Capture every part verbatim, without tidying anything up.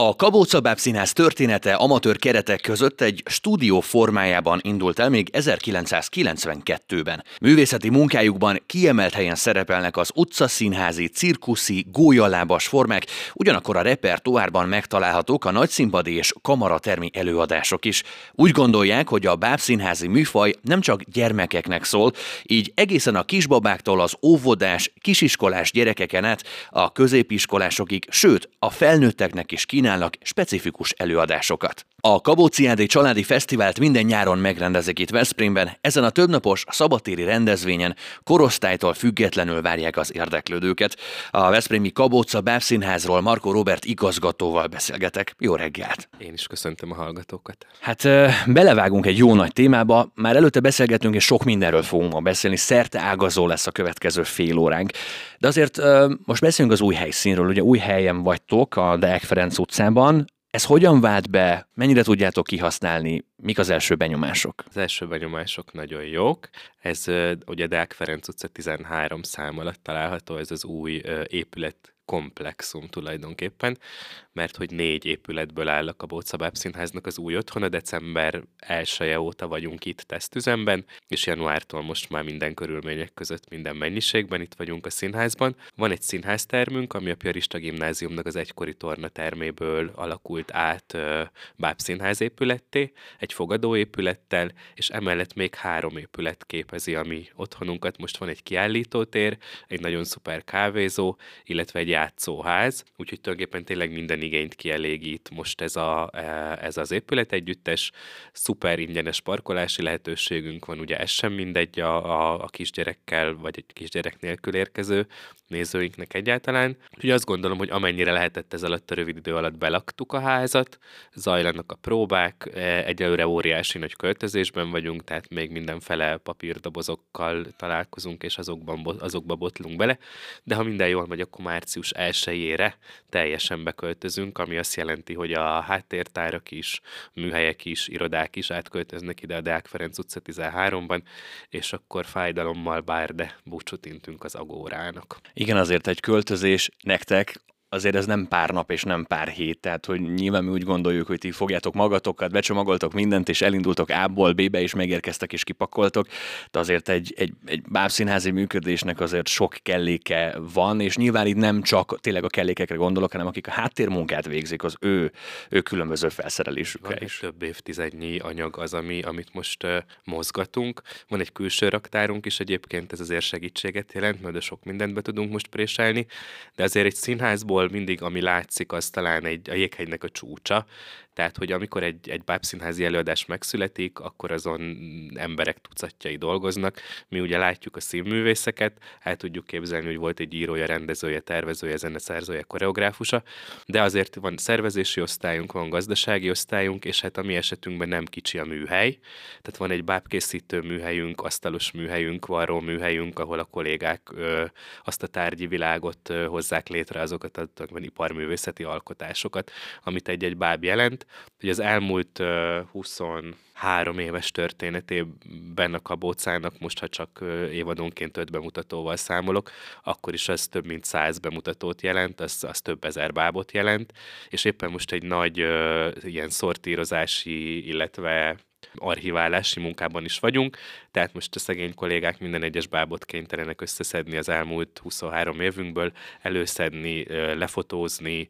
A Kabóca Színház története amatőr keretek között egy stúdió formájában indult el még ezerkilencszázkilencvenkettőben. Művészeti munkájukban kiemelt helyen szerepelnek az utcaszínházi, cirkuszi, gólyalábas formák, ugyanakkor a repertoárban megtalálhatók a nagyszínpadi és kamaratermi előadások is. Úgy gondolják, hogy a bábszínházi műfaj nem csak gyermekeknek szól, így egészen a kisbabáktól az óvodás, kisiskolás gyerekeken át a középiskolásokig, sőt a felnőtteknek is kínálnak specifikus előadásokat. A Kabóciádé Családi Fesztivált minden nyáron megrendezik itt Veszprémben, ezen a többnapos szabadtéri rendezvényen korosztálytól függetlenül várják az érdeklődőket. A veszprémi Kabóca Bábszínházról Markó Róbert igazgatóval beszélgetek. Jó reggelt! Én is köszöntöm a hallgatókat. Hát belevágunk egy jó nagy témába, már előtte beszélgetünk, és sok mindenről fogunk ma beszélni, szerte ágazó lesz a következő fél óránk. De azért most beszélünk az új helyszínről, ugye új helyen vagytok, a Deák Ferenc utcában. Ez hogyan vált be? Mennyire tudjátok kihasználni? Mik az első benyomások? Az első benyomások nagyon jók. Ez ugye Deák Ferenc utca tizenhárom szám alatt található, ez az új épület komplexum tulajdonképpen, mert hogy négy épületből áll a Kabóca Bábszínháznak az új otthona, december elseje óta vagyunk itt tesztüzemben, és januártól most már minden körülmények között, minden mennyiségben itt vagyunk a színházban. Van egy színháztermünk, ami a Piarista Gimnáziumnak az egykori tornaterméből alakult át bábszínház épületté, egy fogadóépülettel, és emellett még három épület képezi a mi otthonunkat. Most van egy kiállítótér, egy nagyon szuper kávézó, illetve egy játszóház, úgyhogy tulajdonképpen tényleg minden igényt kielégít most ez, a, ez az épület együttes. Szuper ingyenes parkolási lehetőségünk van, ugye ez sem mindegy a, a, a kisgyerekkel, vagy egy kisgyerek nélkül érkező nézőinknek egyáltalán. Úgyhogy azt gondolom, hogy amennyire lehetett ez alatt a rövid idő alatt belaktuk a házat, zajlanak a próbák, egyelőre óriási nagy költözésben vagyunk, tehát még mindenfele papírdobozokkal találkozunk, és azokban, azokba botlunk bele, de ha minden jól megy, akkor március elsejére teljesen beköltözünk, ami azt jelenti, hogy a háttértárak is, műhelyek is, irodák is átköltöznek ide a Deák Ferenc utca tizenháromban, és akkor fájdalommal bár, de búcsút intünk az agórának. Igen, azért egy költözés nektek, azért ez nem pár nap és nem pár hét, tehát hogy nyilván mi úgy gondoljuk, hogy ti fogjátok magatokat, becsomagoltok mindent, és elindultok A-ból B-be, és megérkeztek és kipakoltok, de azért egy, egy, egy bábszínházi működésnek azért sok kelléke van, és nyilván itt nem csak tényleg a kellékekre gondolok, hanem akik a háttérmunkát végzik, az ő, ő különböző felszerelésükkel is. Több évtizednyi anyag az, ami, amit most uh, mozgatunk. Van egy külső raktárunk is egyébként, ez azért segítséget jelent, mert sok mindent be tudunk most préselni, de azért egy színházból mindig, ami látszik, az talán egy, a jéghegynek a csúcsa. Tehát, hogy amikor egy, egy bábszínházi előadás megszületik, akkor azon emberek tucatjai dolgoznak. Mi ugye látjuk a színművészeket, el tudjuk képzelni, hogy volt egy írója, rendezője, tervezője, zeneszerzője, koreográfusa, de azért van szervezési osztályunk, van gazdasági osztályunk, és hát a mi esetünkben nem kicsi a műhely. Tehát van egy bábkészítő műhelyünk, asztalos műhelyünk, varró műhelyünk, ahol a kollégák ö, azt a tárgyi világot ö, hozzák létre, azokat a iparművészeti alkotásokat, amit egy-egy báb jelent. Hogy az elmúlt uh, huszonhárom éves történetében a Kabócának, most ha csak uh, évadonként öt bemutatóval számolok, akkor is az több mint száz bemutatót jelent, az, az több ezer bábot jelent, és éppen most egy nagy uh, ilyen szortírozási, illetve archiválási munkában is vagyunk, tehát most a szegény kollégák minden egyes bábot kénytelenek összeszedni az elmúlt huszonhárom évünkből, előszedni, lefotózni,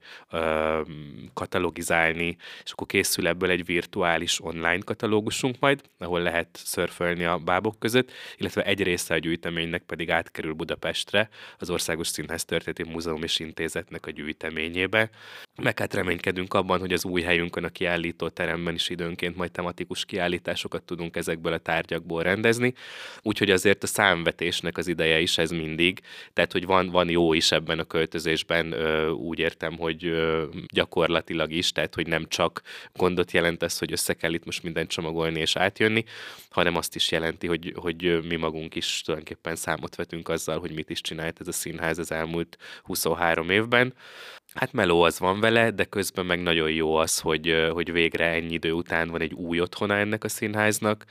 katalogizálni, és akkor készül ebből egy virtuális online katalógusunk majd, ahol lehet szörfölni a bábok között, illetve egy része a gyűjteménynek pedig átkerül Budapestre, az Országos Színháztörténeti Múzeum és Intézetnek a gyűjteményébe. Meg hát reménykedünk abban, hogy az új helyünkön, a kiállító teremben is időnként majd tematikus kiállításokat tudunk ezekből a tárgyakból rendezni, úgyhogy azért a számvetésnek az ideje is ez mindig, tehát hogy van, van jó is ebben a költözésben, ö, úgy értem, hogy ö, gyakorlatilag is, tehát hogy nem csak gondot jelent ez, hogy össze kell itt most mindent csomagolni és átjönni, hanem azt is jelenti, hogy, hogy mi magunk is tulajdonképpen számot vetünk azzal, hogy mit is csinált ez a színház az elmúlt huszonhárom évben. Hát meló az van vele, de közben meg nagyon jó az, hogy, hogy végre ennyi idő után van egy új otthona ennek a színháznak,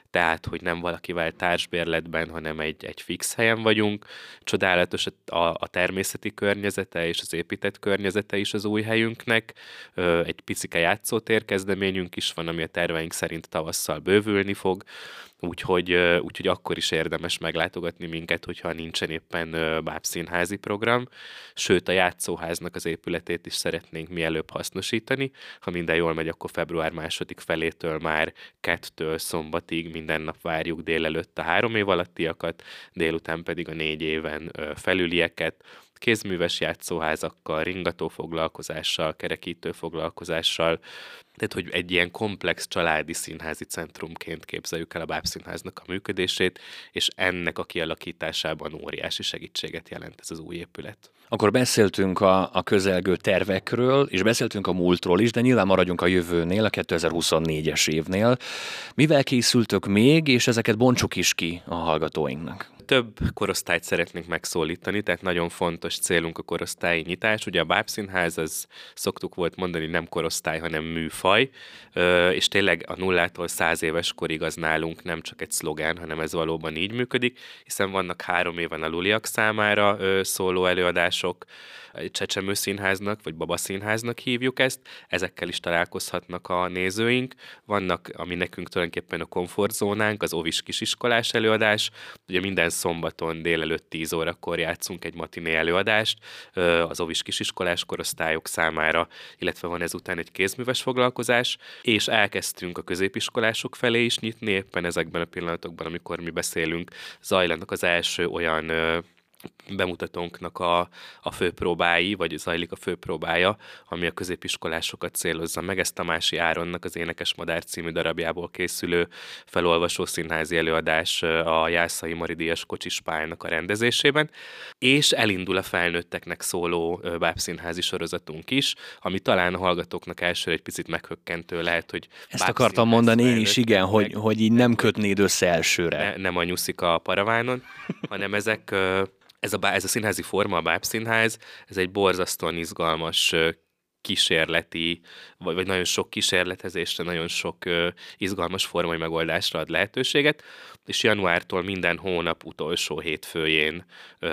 tehát, hogy nem valakivel társbérletben, hanem egy, egy fix helyen vagyunk. Csodálatos a, a természeti környezete és az épített környezete is az új helyünknek. Egy picike játszótér kezdeményünk is van, ami a terveink szerint tavasszal bővülni fog, úgyhogy, úgyhogy akkor is érdemes meglátogatni minket, hogyha nincsen éppen bábszínházi program. Sőt, a játszóháznak az épületét is szeretnénk mielőbb hasznosítani. Ha minden jól megy, akkor február második felétől már kettől szombatig minden nap várjuk délelőtt a három év alattiakat, délután pedig a négy éven felülieket, kézműves játszóházakkal, ringató foglalkozással, kerekítő foglalkozással, tehát, hogy egy ilyen komplex családi színházi centrumként képzeljük el a bábszínháznak a működését, és ennek a kialakításában óriási segítséget jelent ez az új épület. Akkor beszéltünk a, a közelgő tervekről, és beszéltünk a múltról is, de nyilván maradjunk a jövőnél, a kétezer-huszonnégyes évnél. Mivel készültök még, és ezeket bontsuk is ki a hallgatóinknak? Több korosztályt szeretnénk megszólítani, tehát nagyon fontos célunk a korosztályi nyitás. Ugye a bábszínház, az szoktuk volt mondani, nem korosztály, hanem műfaj, és tényleg a nullától száz éves korig az nálunk nem csak egy szlogán, hanem ez valóban így működik, hiszen vannak három éven aluliak számára szóló előadások, Csecsemő Színháznak, vagy Babaszínháznak hívjuk ezt, ezekkel is találkozhatnak a nézőink. Vannak, ami nekünk tulajdonképpen a komfortzónánk, az óvis kisiskolás előadás, ugye minden szombaton délelőtt tíz órakor játszunk egy matiné előadást az óvis kisiskolás korosztályok számára, illetve van ezután egy kézműves foglalkozás, és elkezdtünk a középiskolások felé is nyitni, éppen ezekben a pillanatokban, amikor mi beszélünk, zajlanak az első olyan bemutatónknak a, a főpróbái, vagy zajlik a főpróbája, ami a középiskolásokat célozza meg. Ez Tamási Áronnak az Énekes Madár című darabjából készülő felolvasó színházi előadás a Jászai Mari Díjas Kocsispályának a rendezésében, és elindul a felnőtteknek szóló bábszínházi sorozatunk is, ami talán a hallgatóknak elsőre egy picit meghökkentő lehet, hogy ezt akartam mondani én is, igen, hogy, hogy így nem kötnéd össze elsőre. Ne, nem a nyuszika a paravánon, hanem ezek... Ez a, ez a színházi forma, a bábszínház, ez egy borzasztóan izgalmas kísérleti, vagy, vagy nagyon sok kísérletezésre, nagyon sok uh, izgalmas formai megoldásra ad lehetőséget, és januártól minden hónap utolsó hétfőjén uh,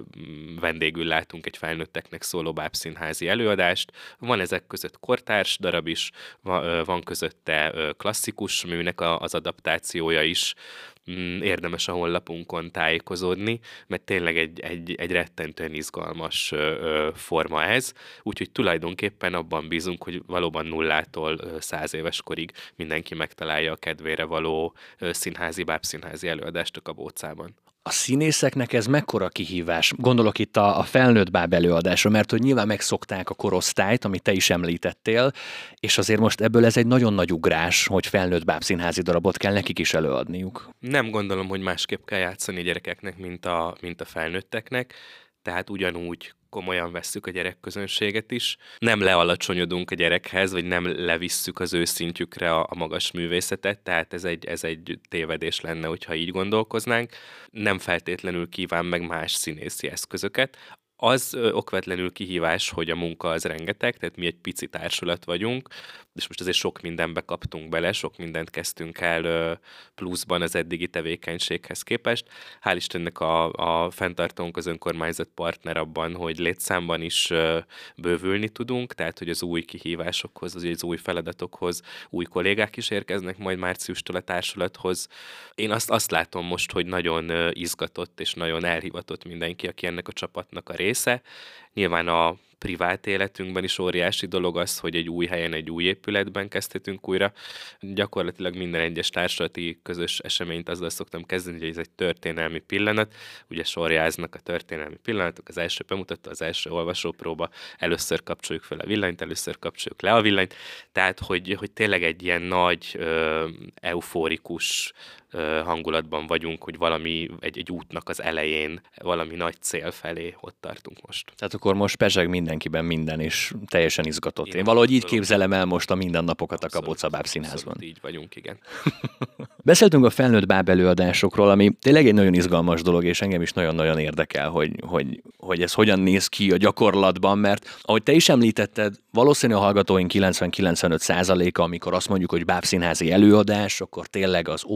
vendégül látunk egy felnőtteknek szóló bábszínházi előadást. Van ezek között kortárs darab is, van, uh, van közötte uh, klasszikus műnek a, az adaptációja is. Érdemes a honlapunkon tájékozódni, mert tényleg egy, egy, egy rettentően izgalmas ö, forma ez, úgyhogy tulajdonképpen abban bízunk, hogy valóban nullától száz éves korig mindenki megtalálja a kedvére való ö, színházi, bábszínházi előadást a Kabócában. A színészeknek ez mekkora kihívás? Gondolok itt a, a felnőtt báb előadásra, mert hogy nyilván megszokták a korosztályt, amit te is említettél, és azért most ebből ez egy nagyon nagy ugrás, hogy felnőtt bábszínházi darabot kell nekik is előadniuk. Nem gondolom, hogy másképp kell játszani a gyerekeknek, mint a, mint a felnőtteknek, tehát ugyanúgy komolyan vesszük a gyerekközönséget is. Nem lealacsonyodunk a gyerekhez, vagy nem levisszük az ő szintjükre a, a magas művészetet, tehát ez egy, ez egy tévedés lenne, hogyha így gondolkoznánk. Nem feltétlenül kíván meg más színészi eszközöket. Az ö, okvetlenül kihívás, hogy a munka az rengeteg, tehát mi egy pici társulat vagyunk, és most azért sok mindenbe kaptunk bele, sok mindent kezdtünk el ö, pluszban az eddigi tevékenységhez képest. Hál' Istennek a, a fenntartónk, az önkormányzat partner abban, hogy létszámban is ö, bővülni tudunk, tehát hogy az új kihívásokhoz, az, az új feladatokhoz új kollégák is érkeznek majd márciustól a társulathoz. Én azt, azt látom most, hogy nagyon ö, izgatott és nagyon elhivatott mindenki, aki ennek a csapatnak a része. Nyilván a privát életünkben is óriási dolog az, hogy egy új helyen, egy új épületben kezdhetünk újra. Gyakorlatilag minden egyes társulati közös eseményt azzal szoktam kezdeni, hogy ez egy történelmi pillanat. Ugye sorjáznak a történelmi pillanatok, az első bemutató, az első olvasópróba, először kapcsoljuk fel a villanyt, először kapcsoljuk le a villanyt. Tehát, hogy, hogy tényleg egy ilyen nagy, ö, eufórikus ö, hangulatban vagyunk, hogy valami, egy, egy útnak az elején, valami nagy cél felé ott tartunk most. Tehát akkor most pezseg mindenkiben minden, és teljesen izgatott. Én, Én valahogy így képzelem el most a mindennapokat a Kabóca Bábszínházban. Így vagyunk, igen. Beszéltünk a felnőtt báb előadásokról, ami tényleg egy nagyon izgalmas dolog, és engem is nagyon-nagyon érdekel, hogy, hogy, hogy ez hogyan néz ki a gyakorlatban, mert ahogy te is említetted, valószínű a hallgatóink kilencven-kilencvenöt százaléka, amikor azt mondjuk, hogy bábszínházi előadás, akkor tényleg az óvodás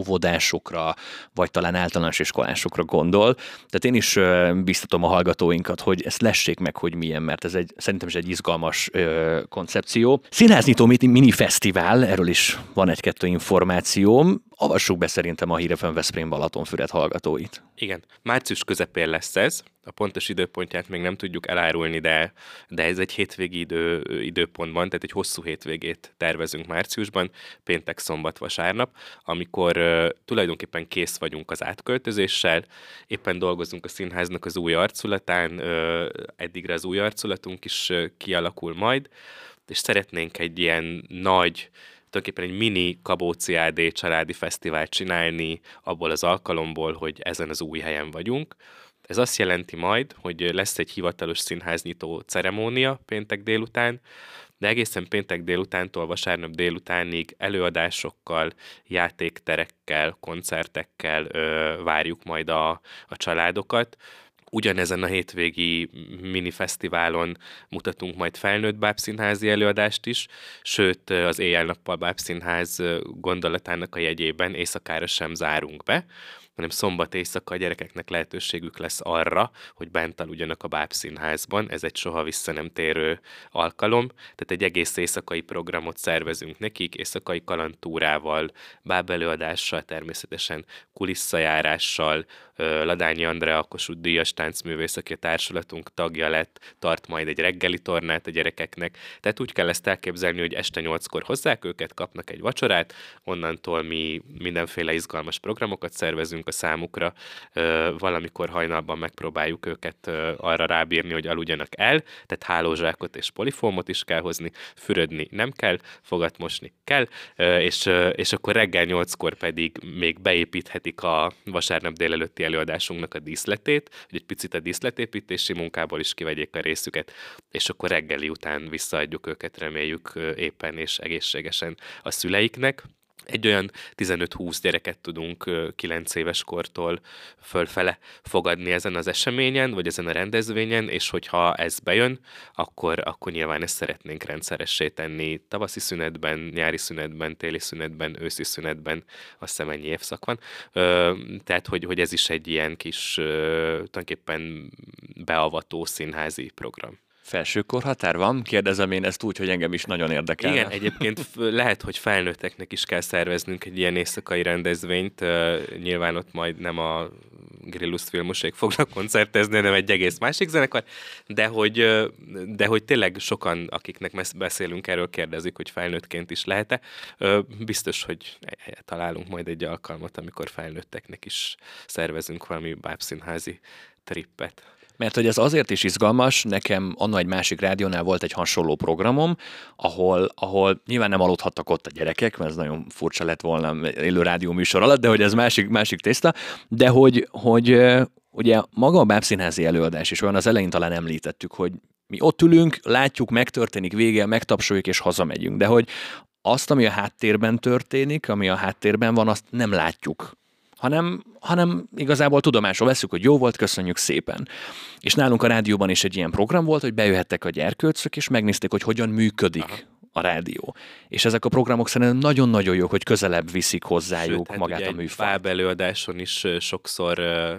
iskolásokra, vagy talán általános iskolásokra gondol. Tehát én is biztatom a hallgatóinkat, hogy ezt lessék meg, hogy milyen, mert ez egy, szerintem is egy izgalmas ö, koncepció. Színháznyitó mini fesztivál, erről is van egy-kettő információm. Avassuk be szerintem a Hír ef em Veszprém Balatonfüred hallgatóit. Igen, március közepén lesz ez, a pontos időpontját még nem tudjuk elárulni, de, de ez egy hétvégi idő, időpontban, tehát egy hosszú hétvégét tervezünk márciusban, péntek, szombat, vasárnap, amikor uh, tulajdonképpen kész vagyunk az átköltözéssel, éppen dolgozunk a színháznak az új arculatán, uh, eddigre az új arculatunk is uh, kialakul majd, és szeretnénk egy ilyen nagy, tulajdonképpen egy mini Kabóci á dé családi fesztivált csinálni abból az alkalomból, hogy ezen az új helyen vagyunk. Ez azt jelenti majd, hogy lesz egy hivatalos színháznyitó ceremónia péntek délután, de egészen péntek délutántól vasárnap délutánig előadásokkal, játékterekkel, koncertekkel ö, várjuk majd a, a családokat. Ugyanezen a hétvégi minifesztiválon mutatunk majd felnőtt bábszínházi előadást is, sőt az éjjel-nappal bábszínház gondolatának a jegyében éjszakára sem zárunk be, hanem szombat éjszaka a gyerekeknek lehetőségük lesz arra, hogy bent aludjanak a bábszínházban. Ez egy soha vissza nem térő alkalom, tehát egy egész éjszakai programot szervezünk nekik, éjszakai kalandtúrával, bábelőadással, természetesen kuliszajárással. Ladányi Andrea, a Kossuth díjas táncművész, aki a társulatunk tagja lett, tart majd egy reggeli tornát a gyerekeknek. Tehát úgy kell ezt elképzelni, hogy este nyolckor hozzák őket, kapnak egy vacsorát, onnantól mi mindenféle izgalmas programokat szervezünk a számukra, valamikor hajnalban megpróbáljuk őket arra rábírni, hogy aludjanak el, tehát hálózsákot és polifómot is kell hozni, fürödni nem kell, fogat mosni kell, és, és akkor reggel nyolckor pedig még beépíthetik a vasárnap délelőtti előadásunknak a díszletét, hogy egy picit a díszletépítési munkából is kivegyék a részüket, és akkor reggeli után visszaadjuk őket, reméljük éppen és egészségesen a szüleiknek. Egy olyan tizenöt-húsz gyereket tudunk kilenc éves kortól fölfele fogadni ezen az eseményen, vagy ezen a rendezvényen, és hogyha ez bejön, akkor, akkor nyilván ezt szeretnénk rendszeressé tenni tavaszi szünetben, nyári szünetben, téli szünetben, őszi szünetben, azt hiszem ennyi évszak van. Tehát, hogy, hogy ez is egy ilyen kis tulajdonképpen beavató színházi program. Felső korhatár van? Kérdezem én ezt úgy, hogy engem is nagyon érdekel. Igen, egyébként lehet, hogy felnőtteknek is kell szerveznünk egy ilyen éjszakai rendezvényt. Uh, nyilván ott majd nem a Grillus filmosék fognak koncertezni, nem egy egész másik zenekar, de hogy, uh, de hogy tényleg sokan, akiknek beszélünk erről, kérdezik, hogy felnőttként is lehet-e. Uh, biztos, hogy találunk majd egy alkalmat, amikor felnőtteknek is szervezünk valami bábszínházi trippet. Mert hogy ez azért is izgalmas, nekem anna egy másik rádiónál volt egy hasonló programom, ahol, ahol nyilván nem aludhattak ott a gyerekek, mert ez nagyon furcsa lett volna élő rádió műsor alatt, de hogy ez másik, másik tészta, de hogy, hogy ugye maga a bábszínházi előadás is olyan, az elején talán említettük, hogy mi ott ülünk, látjuk, megtörténik, vége, megtapsoljuk és hazamegyünk, de hogy azt, ami a háttérben történik, ami a háttérben van, azt nem látjuk. Hanem, hanem igazából tudomásul veszük, hogy jó volt, köszönjük szépen. És nálunk a rádióban is egy ilyen program volt, hogy bejöhettek a gyerkőcök, és megnézték, hogy hogyan működik Aha. a rádió. És ezek a programok szerintem nagyon-nagyon jók, hogy közelebb viszik hozzájuk Sőt, magát hát a műfajt. Báb előadáson is sokszor,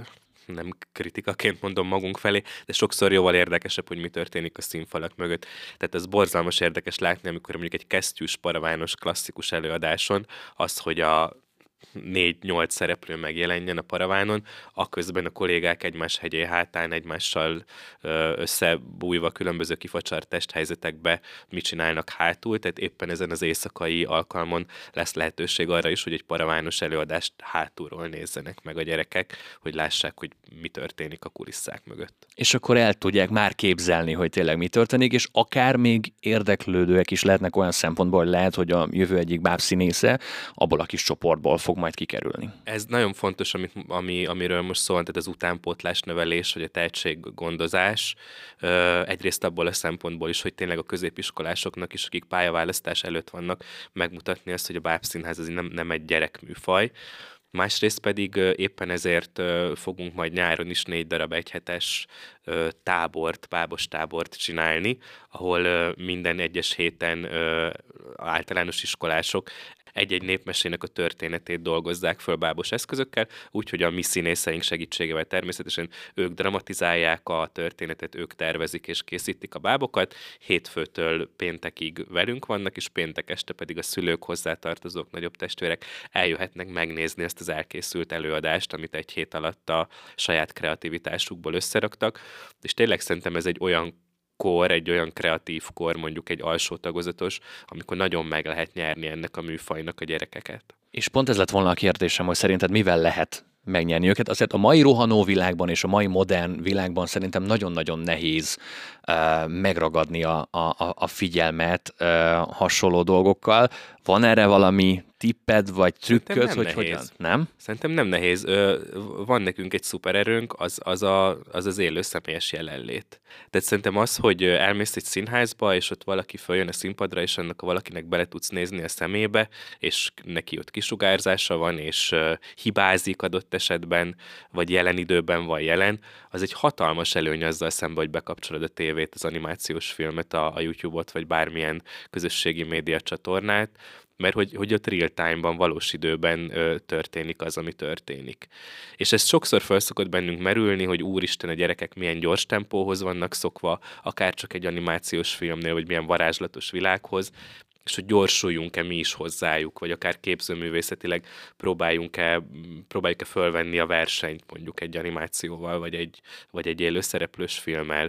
nem kritikaként mondom magunk felé, de sokszor jóval érdekesebb, hogy mi történik a színfalak mögött. Tehát ez borzalmas érdekes látni, amikor mondjuk egy kesztyűs, paravános, klasszikus előadáson az, hogy a négy-nyolc szereplő megjelenjen a paravánon, aközben a kollégák egymás hegyé hátán, egymással összebújva különböző kifacsart testhelyzetekbe mit csinálnak hátul, tehát éppen ezen az éjszakai alkalmon lesz lehetőség arra is, hogy egy paravános előadást hátulról nézzenek meg a gyerekek, hogy lássák, hogy mi történik a kulisszák mögött. És akkor el tudják már képzelni, hogy tényleg mi történik, és akár még érdeklődőek is lehetnek olyan szempontból, hogy lehet, hogy a jövő egyik bábszínésze abból a kis csoportból fog majd kikerülni. Ez nagyon fontos, amit, ami, amiről most szól, tehát az utánpótlás növelés, vagy a tehetséggondozás. Egyrészt abból a szempontból is, hogy tényleg a középiskolásoknak is, akik pályaválasztás előtt vannak, megmutatni azt, hogy a bábszínház az nem, nem egy gyerekműfaj. Másrészt pedig éppen ezért fogunk majd nyáron is négy darab egyhetes tábort, bábos tábort csinálni, ahol minden egyes héten általános iskolások egy-egy népmesének a történetét dolgozzák föl bábos eszközökkel, úgyhogy a mi színészeink segítségével természetesen ők dramatizálják a történetet, ők tervezik és készítik a bábokat, hétfőtől péntekig velünk vannak, és péntek este pedig a szülők, hozzátartozók, nagyobb testvérek eljöhetnek megnézni ezt az elkészült előadást, amit egy hét alatt a saját kreativitásukból összeraktak, és tényleg szerintem ez egy olyan kor, egy olyan kreatív kor, mondjuk egy alsó tagozatos, amikor nagyon meg lehet nyerni ennek a műfajnak a gyerekeket. És pont ez lett volna a kérdésem, hogy szerinted mivel lehet megnyerni őket. Azért a mai rohanó világban és a mai modern világban szerintem nagyon-nagyon nehéz uh, megragadni a, a, a figyelmet uh, hasonló dolgokkal. Van erre valami tipped vagy trükköd, hogy nehéz. hogyan? Nem? Szerintem nem nehéz. Van nekünk egy szupererőnk, az az, a, az az élő személyes jelenlét. Tehát szerintem az, hogy elmész egy színházba, és ott valaki följön a színpadra, és annak a valakinek bele tudsz nézni a szemébe, és neki ott kisugárzása van, és hibázik adott esetben, vagy jelen időben van jelen, az egy hatalmas előny azzal szemben, hogy bekapcsolod a tévét, az animációs filmet, a, a YouTube-ot, vagy bármilyen közösségi média csatornát, mert hogy, hogy ott real time-ban, valós időben ö, történik az, ami történik. És ez sokszor fel szokott bennünk merülni, hogy úristen, a gyerekek milyen gyors tempóhoz vannak szokva, akár csak egy animációs filmnél, vagy milyen varázslatos világhoz, és hogy gyorsuljunk-e mi is hozzájuk, vagy akár képzőművészetileg próbáljunk-e, próbáljuk-e fölvenni a versenyt mondjuk egy animációval, vagy egy, vagy egy élőszereplős filmmel.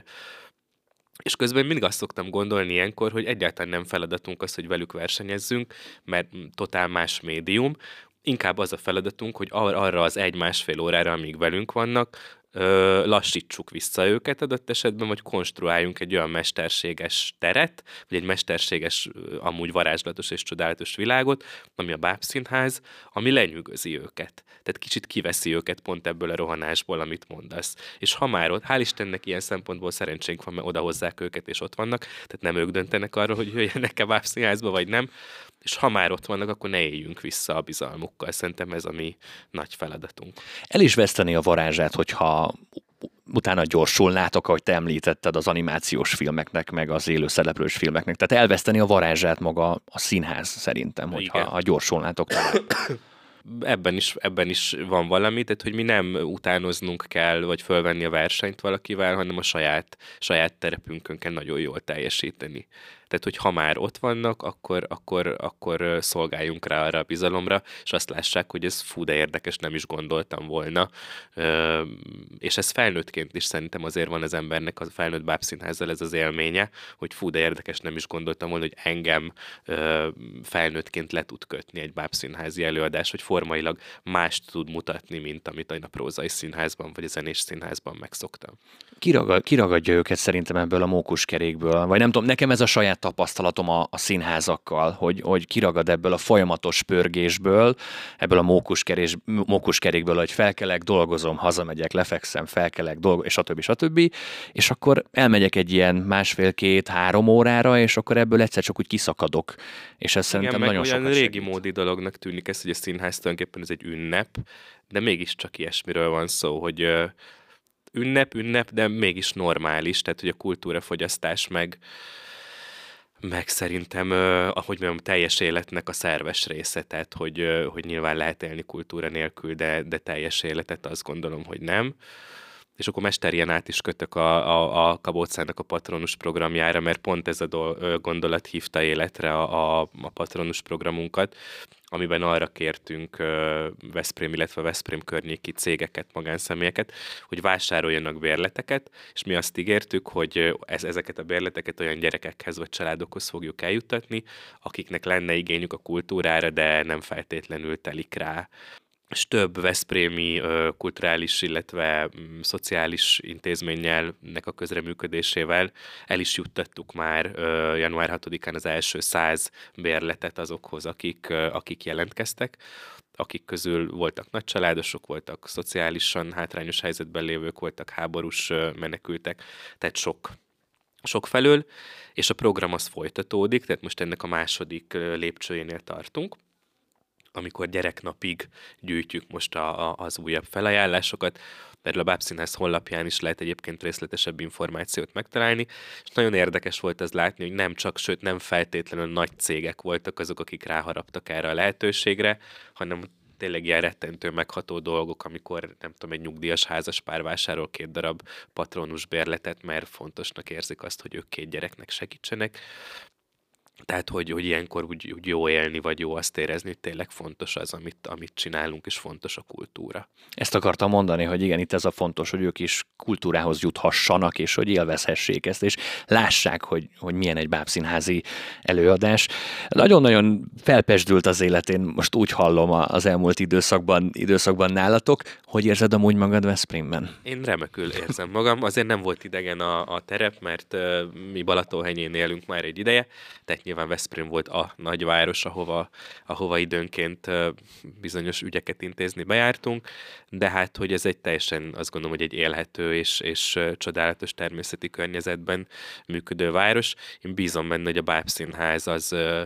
És közben mindig azt szoktam gondolni ilyenkor, hogy egyáltalán nem feladatunk az, hogy velük versenyezzünk, mert totál más médium. Inkább az a feladatunk, hogy arra az egy-másfél órára, amíg velünk vannak, lassítsuk vissza őket adott esetben, vagy konstruáljunk egy olyan mesterséges teret, vagy egy mesterséges, amúgy varázslatos és csodálatos világot, ami a bábszínház, ami lenyűgözi őket. Tehát kicsit kiveszi őket pont ebből a rohanásból, amit mondasz. És ha már ott, hál' Istennek ilyen szempontból szerencsénk van, mert odahozzák őket, és ott vannak, tehát nem ők döntenek arról, hogy jöjjenek-e bábszínházba, vagy nem, és ha már ott vannak, akkor ne éljünk vissza a bizalmukkal. Szerintem ez a mi nagy feladatunk. El is veszteni a varázsát, hogyha utána gyorsulnátok, ahogy te említetted az animációs filmeknek, meg az élő szereplős filmeknek. Tehát elveszteni a varázsát maga a színház szerintem, hogyha ha gyorsulnátok tovább. Ebben is, ebben is van valami, tehát hogy mi nem utánoznunk kell, vagy fölvenni a versenyt valakivel, hanem a saját, saját terepünkön kell nagyon jól teljesíteni. Tehát, hogy ha már ott vannak, akkor, akkor, akkor szolgáljunk rá arra a bizalomra, és azt lássák, hogy ez fú, de érdekes, nem is gondoltam volna. És ez felnőttként is szerintem azért van az embernek, a felnőtt bábszínházzal ez az élménye, hogy fú, de érdekes, nem is gondoltam volna, hogy engem felnőttként le tud kötni egy bábszínházi előadás, hogy formailag mást tud mutatni, mint amit a prózai színházban, vagy a zenés színházban megszoktam. Kiragad, kiragadja őket szerintem ebből a mókuskerékből, vagy nem tudom, nekem ez a saját tapasztalatom a, a színházakkal, hogy, hogy kiragad ebből a folyamatos pörgésből, ebből a mókuskerés, mókuskerékből, hogy felkelek, dolgozom, hazamegyek, lefekszem, felkelek, dolgozom, és stb. stb. És akkor elmegyek egy ilyen másfél-két-három órára, és akkor ebből egyszer csak úgy kiszakadok. És ez igen, szerintem meg nagyon olyan sokat régi segít. módi dolognak tűnik ez, hogy a színház tulajdonképpen ez egy ünnep, de mégiscsak ilyesmiről van szó, hogy ö, ünnep, ünnep, de mégis normális, tehát hogy a kultúrafogyasztás meg meg szerintem, uh, ahogy mondjam, teljes életnek a szerves része, tehát hogy, uh, hogy nyilván lehet élni kultúra nélkül, de, de teljes életet azt gondolom, hogy nem. És akkor Mesterjen át is kötök a, a, a Kabócának a Patronus programjára, mert pont ez a do, gondolat hívta életre a, a, a Patronus programunkat, amiben arra kértünk uh, Veszprém, illetve Veszprém környéki cégeket, magánszemélyeket, hogy vásároljanak bérleteket, és mi azt ígértük, hogy ez, ezeket a bérleteket olyan gyerekekhez vagy családokhoz fogjuk eljuttatni, akiknek lenne igényük a kultúrára, de nem feltétlenül telik rá. És több veszprémi ö, kulturális, illetve m, szociális intézménnyel a közreműködésével el is juttattuk már ö, január hatodikán az első száz bérletet azokhoz, akik, ö, akik jelentkeztek, akik közül voltak nagycsaládosok, voltak szociálisan hátrányos helyzetben lévők, voltak háborús ö, menekültek, tehát sok sok felől, és a program az folytatódik, tehát most ennek a második ö, lépcsőjénél tartunk, amikor gyereknapig gyűjtjük most a, a, az újabb felajánlásokat. Erről a Bábszínház honlapján is lehet egyébként részletesebb információt megtalálni, és nagyon érdekes volt az látni, hogy nem csak, sőt nem feltétlenül nagy cégek voltak azok, akik ráharaptak erre a lehetőségre, hanem tényleg ilyen rettentő megható dolgok, amikor nem tudom, egy nyugdíjas házaspár vásárol két darab patronus bérletet, mert fontosnak érzik azt, hogy ők két gyereknek segítsenek. Tehát, hogy, hogy ilyenkor úgy, úgy jó élni, vagy jó azt érezni, hogy tényleg fontos az, amit, amit csinálunk, és fontos a kultúra. Ezt akartam mondani, hogy igen, itt ez a fontos, hogy ők is kultúrához juthassanak, és hogy élvezhessék ezt, és lássák, hogy, hogy milyen egy bábszínházi előadás. Nagyon-nagyon felpesdült az életén, most úgy hallom az elmúlt időszakban, időszakban nálatok. Hogy érzed amúgy magad Veszprémben? Én remekül érzem magam. Azért nem volt idegen a, a terep, mert uh, mi Balatonhenyén élünk már egy ideje, tehát nyilván Veszprém volt a nagyváros, ahova, ahova időnként uh, bizonyos ügyeket intézni bejártunk, de hát, hogy ez egy teljesen, azt gondolom, hogy egy élhető és, és uh, csodálatos természeti környezetben működő város. Én bízom benne, hogy a Bábszínház az uh,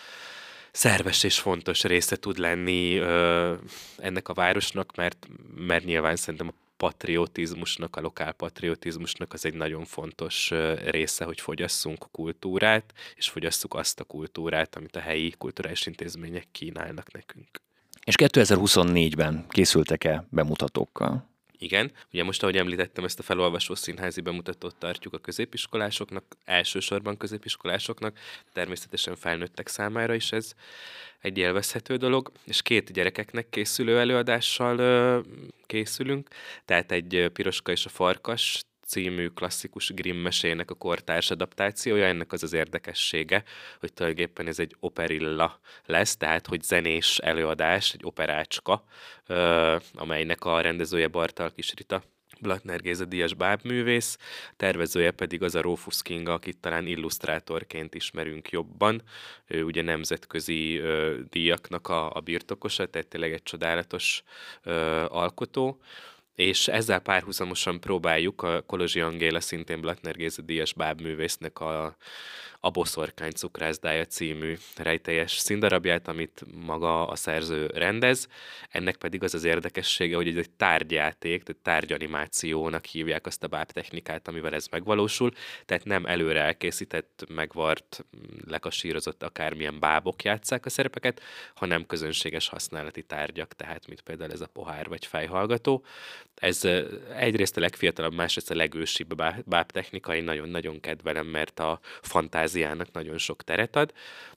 szerves és fontos része tud lenni ö, ennek a városnak, mert, mert nyilván szerintem a patriotizmusnak, a lokál patriotizmusnak az egy nagyon fontos ö, része, hogy fogyasszunk kultúrát, és fogyasszuk azt a kultúrát, amit a helyi kulturális intézmények kínálnak nekünk. És kétezer-huszonnégyben készültek-e bemutatókkal? Igen, ugye most, ahogy említettem, ezt a felolvasó színházi bemutatót tartjuk a középiskolásoknak, elsősorban középiskolásoknak, természetesen felnőttek számára is ez egy élvezhető dolog, és két gyerekeknek készülő előadással ö, készülünk, tehát egy Piroska és a Farkas című klasszikus Grimm mesének a kortárs adaptációja. Ennek az az érdekessége, hogy tulajdonképpen ez egy operilla lesz, tehát hogy zenés előadás, egy operácska, amelynek a rendezője Bartal Kis Rita, Blattner Géza díjas bábművész, tervezője pedig az a Rófusz Kinga, akit talán illusztrátorként ismerünk jobban. Ő ugye nemzetközi ö, díjaknak a, a birtokosa, tehát tényleg egy csodálatos ö, alkotó. És ezzel párhuzamosan próbáljuk a Kolozsi Angéla, szintén Blattner Géza díjas bábművésznek a, a Boszorkány cukrászdája című rejtélyes színdarabját, amit maga a szerző rendez. Ennek pedig az az érdekessége, hogy ez egy tárgyjáték, tehát tárgyanimációnak hívják azt a bábtechnikát, amivel ez megvalósul, tehát nem előre elkészített, megvart, lekasírozott akármilyen bábok játsszák a szerepeket, hanem közönséges használati tárgyak, tehát mint például ez a pohár vagy fejhallgató. Ez egyrészt a legfiatalabb, másrészt a legősibb bábtechnika, én nagyon-nagyon kedvelem, mert a fantáziának nagyon sok teret ad.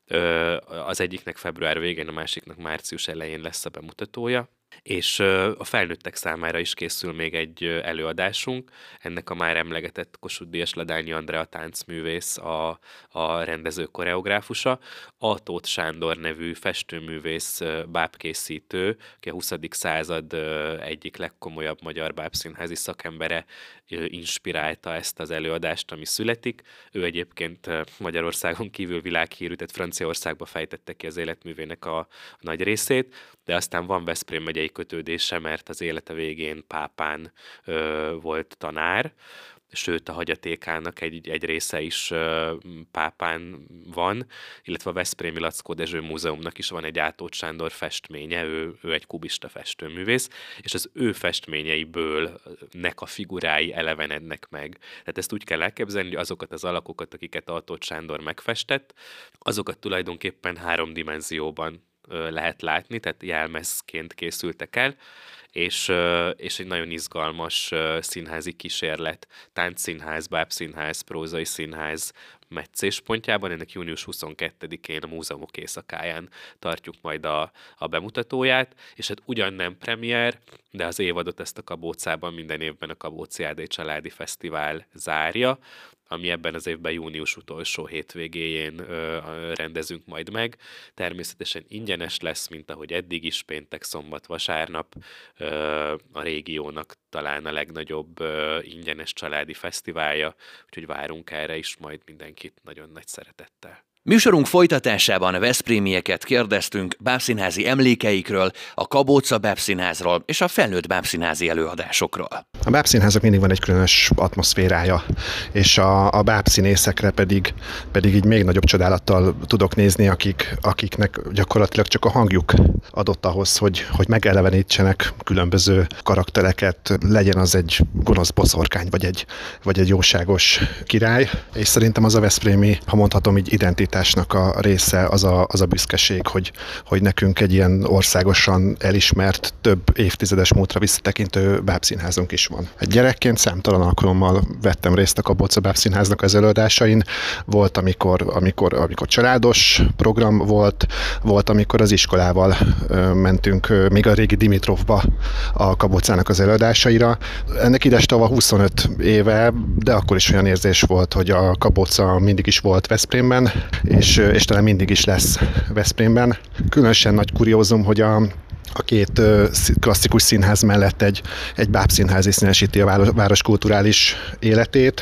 Az egyiknek február végén, a másiknak március elején lesz a bemutatója, és a felnőttek számára is készül még egy előadásunk. Ennek a már emlegetett Kossuth Díjas Ladányi Andrea táncművész a, a rendező koreográfusa. A Tóth Sándor nevű festőművész bábkészítő, aki a huszadik század egyik legkomolyabb magyar bábszínházi szakembere inspirálta ezt az előadást, ami születik. Ő egyébként Magyarországon kívül világhírű, tehát Franciaországba fejtette ki az életművének a, a nagy részét, de aztán van Veszprém megyei kötődése, mert az élete végén Pápán ö, volt tanár, sőt a hagyatékának egy, egy része is ö, Pápán van, illetve a Veszprémi Lackó Dezső Múzeumnak is van egy Átóth Sándor festménye, ő, ő egy kubista festőművész, és az ő festményeiből nek a figurái elevenednek meg. Tehát ezt úgy kell elképzelni, hogy azokat az alakokat, akiket Átóth Sándor megfestett, azokat tulajdonképpen három dimenzióban lehet látni, tehát jelmezként készültek el, és, és egy nagyon izgalmas színházi kísérlet, táncszínház, bábszínház, prózai színház meccéspontjában, ennek június huszonkettedikén a Múzeumok éjszakáján tartjuk majd a, a bemutatóját, és hát ugyan nem premier, de az évadot ezt a Kabócában minden évben a Kabóci Ádai Családi Fesztivál zárja, ami ebben az évben június utolsó hétvégéjén ö, rendezünk majd meg. Természetesen ingyenes lesz, mint ahogy eddig is, péntek, szombat, vasárnap. Ö, a régiónak talán a legnagyobb ö, ingyenes családi fesztiválja, úgyhogy várunk erre is majd mindenkit nagyon nagy szeretettel. Műsorunk folytatásában veszprémieket kérdeztünk bábszínházi emlékeikről, a Kabóca Bábszínházról és a felnőtt bábszínházi előadásokról. A bábszínházak mindig van egy különös atmoszférája, és a, a bábszínészekre pedig, pedig így még nagyobb csodálattal tudok nézni, akik, akiknek gyakorlatilag csak a hangjuk adott ahhoz, hogy, hogy megelevenítsenek különböző karaktereket, legyen az egy gonosz boszorkány, vagy egy, vagy egy jóságos király. És szerintem az a veszprémi, ha mondhatom így, identitásnak a része, az a, az a büszkeség, hogy, hogy nekünk egy ilyen országosan elismert, több évtizedes múltra visszatekintő bábszínházunk is van. Egy gyerekként számtalan alkalommal vettem részt a Kabóca Bábszínháznak az előadásain. Volt, amikor, amikor, amikor családos program volt, volt, amikor az iskolával ö, mentünk, ö, még a régi Dimitrovba a Kabócának az előadásaira. Ennek idestova huszonöt éve, de akkor is olyan érzés volt, hogy a Kabóca mindig is volt Veszprémben, és, és talán mindig is lesz Veszprémben. Különösen nagy kuriózum, hogy a A két klasszikus színház mellett egy, egy bábszínház is színesíti a város, város kulturális életét.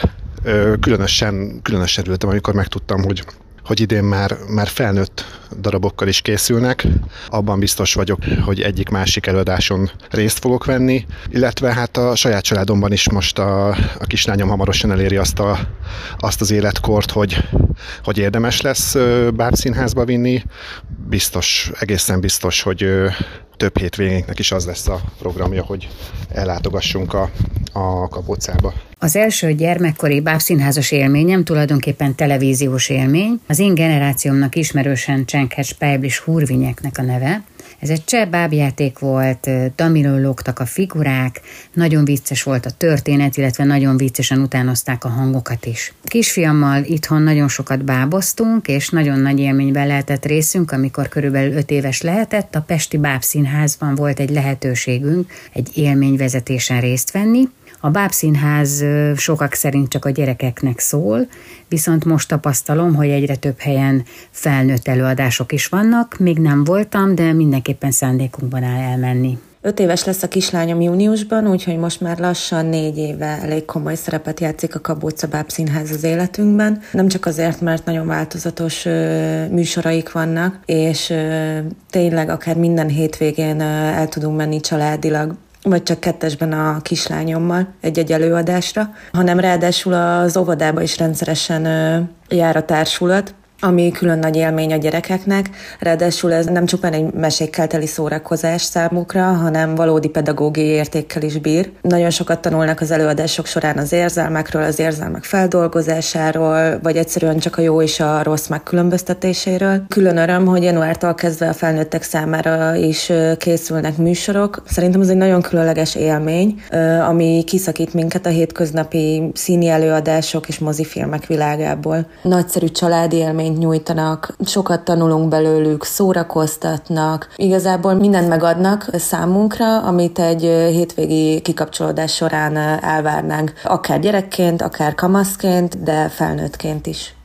Különösen, különösen örültem, amikor megtudtam, hogy, hogy idén már, már felnőtt darabokkal is készülnek. Abban biztos vagyok, hogy egyik-másik előadáson részt fogok venni, illetve hát a saját családomban is most a, a kislányom hamarosan eléri azt, a, azt az életkort, hogy, hogy érdemes lesz bábszínházba vinni. Biztos, egészen biztos, hogy több hétvégénknek is az lesz a programja, hogy ellátogassunk a, a Kabócába. Az első gyermekkori bábszínházas élményem tulajdonképpen televíziós élmény. Az én generációmnak ismerősen csenghet Spejblis Hurvinyeknek a neve. Ez egy cseh bábjáték volt, damilon lógtak a figurák, nagyon vicces volt a történet, illetve nagyon viccesen utánozták a hangokat is. Kisfiammal itthon nagyon sokat báboztunk, és nagyon nagy élményben lehetett részünk, amikor körülbelül öt éves lehetett, a Pesti Bábszínházban volt egy lehetőségünk egy élményvezetésen részt venni. A bábszínház sokak szerint csak a gyerekeknek szól, viszont most tapasztalom, hogy egyre több helyen felnőtt előadások is vannak. Még nem voltam, de mindenképpen szándékunkban áll elmenni. Öt éves lesz a kislányom júniusban, úgyhogy most már lassan négy éve elég komoly szerepet játszik a Kabóca Bábszínház az életünkben. Nem csak azért, mert nagyon változatos ö, műsoraik vannak, és ö, tényleg akár minden hétvégén ö, el tudunk menni családilag, vagy csak kettesben a kislányommal egy-egy előadásra, hanem ráadásul az óvodába is rendszeresen ö, jár a társulat, ami külön nagy élmény a gyerekeknek, ráadásul ez nem csupán egy mesékkel teli szórakozás számukra, hanem valódi pedagógiai értékkel is bír. Nagyon sokat tanulnak az előadások során az érzelmekről, az érzelmek feldolgozásáról, vagy egyszerűen csak a jó és a rossz megkülönböztetéséről. Külön öröm, hogy januártól kezdve a felnőttek számára is készülnek műsorok. Szerintem ez egy nagyon különleges élmény, ami kiszakít minket a hétköznapi színi előadások és mozifilmek világából. Nagyszerű családi élmény nyújtanak, sokat tanulunk belőlük, szórakoztatnak, igazából mindent megadnak számunkra, amit egy hétvégi kikapcsolódás során elvárnánk, akár gyerekként, akár kamaszként, de felnőttként is.